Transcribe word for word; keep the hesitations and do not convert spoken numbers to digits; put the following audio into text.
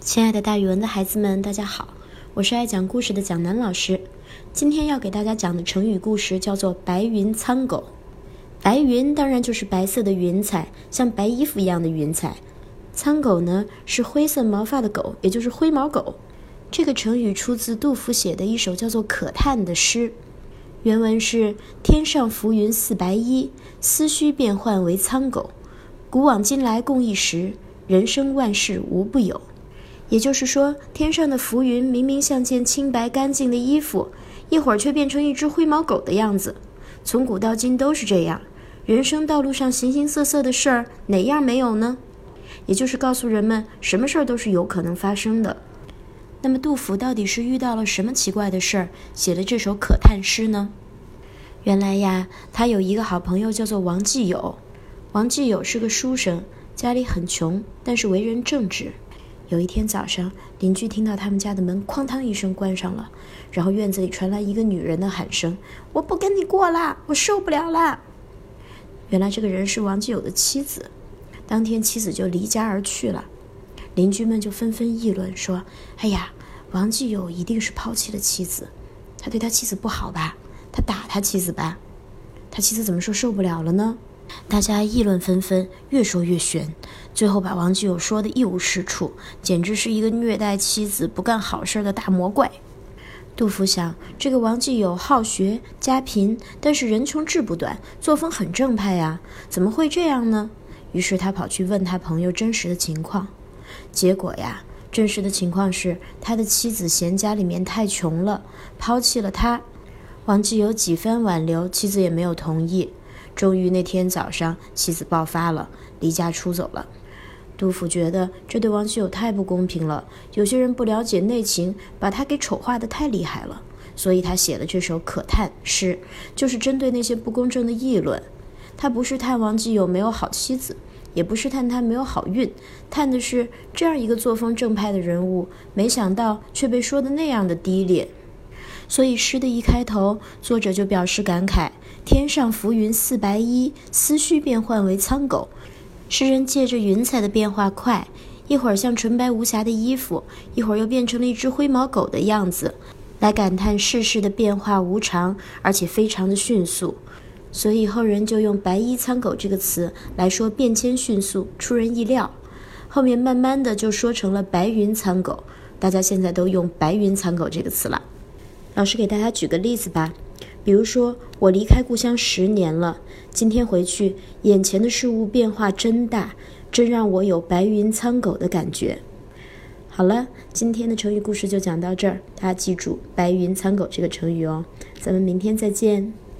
亲爱的大语文的孩子们，大家好，我是爱讲故事的蒋楠老师。今天要给大家讲的成语故事叫做白云苍狗。白云当然就是白色的云彩，像白衣服一样的云彩。苍狗呢，是灰色毛发的狗，也就是灰毛狗。这个成语出自杜甫写的一首叫做《可叹》的诗。原文是：天上浮云似白衣，思绪变幻为苍狗。古往今来共一时，人生万事无不有。也就是说，天上的浮云明明像件清白干净的衣服，一会儿却变成一只灰毛狗的样子。从古到今都是这样，人生道路上形形色色的事儿，哪样没有呢？也就是告诉人们，什么事儿都是有可能发生的。那么杜甫到底是遇到了什么奇怪的事儿，写了这首可叹诗呢？原来呀，他有一个好朋友叫做王继友。王继友是个书生，家里很穷，但是为人正直。有一天早上，邻居听到他们家的门哐当一声关上了，然后院子里传来一个女人的喊声：我不跟你过啦，我受不了啦。原来这个人是王继友的妻子，当天妻子就离家而去了。邻居们就纷纷议论说：哎呀，王继友一定是抛弃了妻子，他对他妻子不好吧，他打他妻子吧，他妻子怎么说受不了了呢？大家议论纷纷，越说越悬，最后把王继友说的一无是处，简直是一个虐待妻子不干好事的大魔怪。杜甫想，这个王继友好学家贫，但是人穷志不短，作风很正派啊，怎么会这样呢？于是他跑去问他朋友真实的情况。结果呀，真实的情况是他的妻子嫌家里面太穷了，抛弃了他。王继友几番挽留，妻子也没有同意。终于那天早上，妻子爆发了，离家出走了。杜甫觉得这对王继友太不公平了，有些人不了解内情，把他给丑化得太厉害了，所以他写了这首可叹诗，就是针对那些不公正的议论。他不是叹王继友没有好妻子，也不是叹他没有好运，叹的是这样一个作风正派的人物，没想到却被说的那样的低劣。所以诗的一开头，作者就表示感慨：天上浮云似白衣，思绪变幻为苍狗。诗人借着云彩的变化快，一会儿像纯白无瑕的衣服，一会儿又变成了一只灰毛狗的样子，来感叹世事的变化无常，而且非常的迅速。所以后人就用白衣苍狗这个词来说变迁迅速，出人意料。后面慢慢的就说成了白云苍狗，大家现在都用白云苍狗这个词了。老师给大家举个例子吧，比如说我离开故乡十年了，今天回去，眼前的事物变化真大，真让我有白云苍狗的感觉。好了，今天的成语故事就讲到这儿，大家记住白云苍狗这个成语哦，咱们明天再见。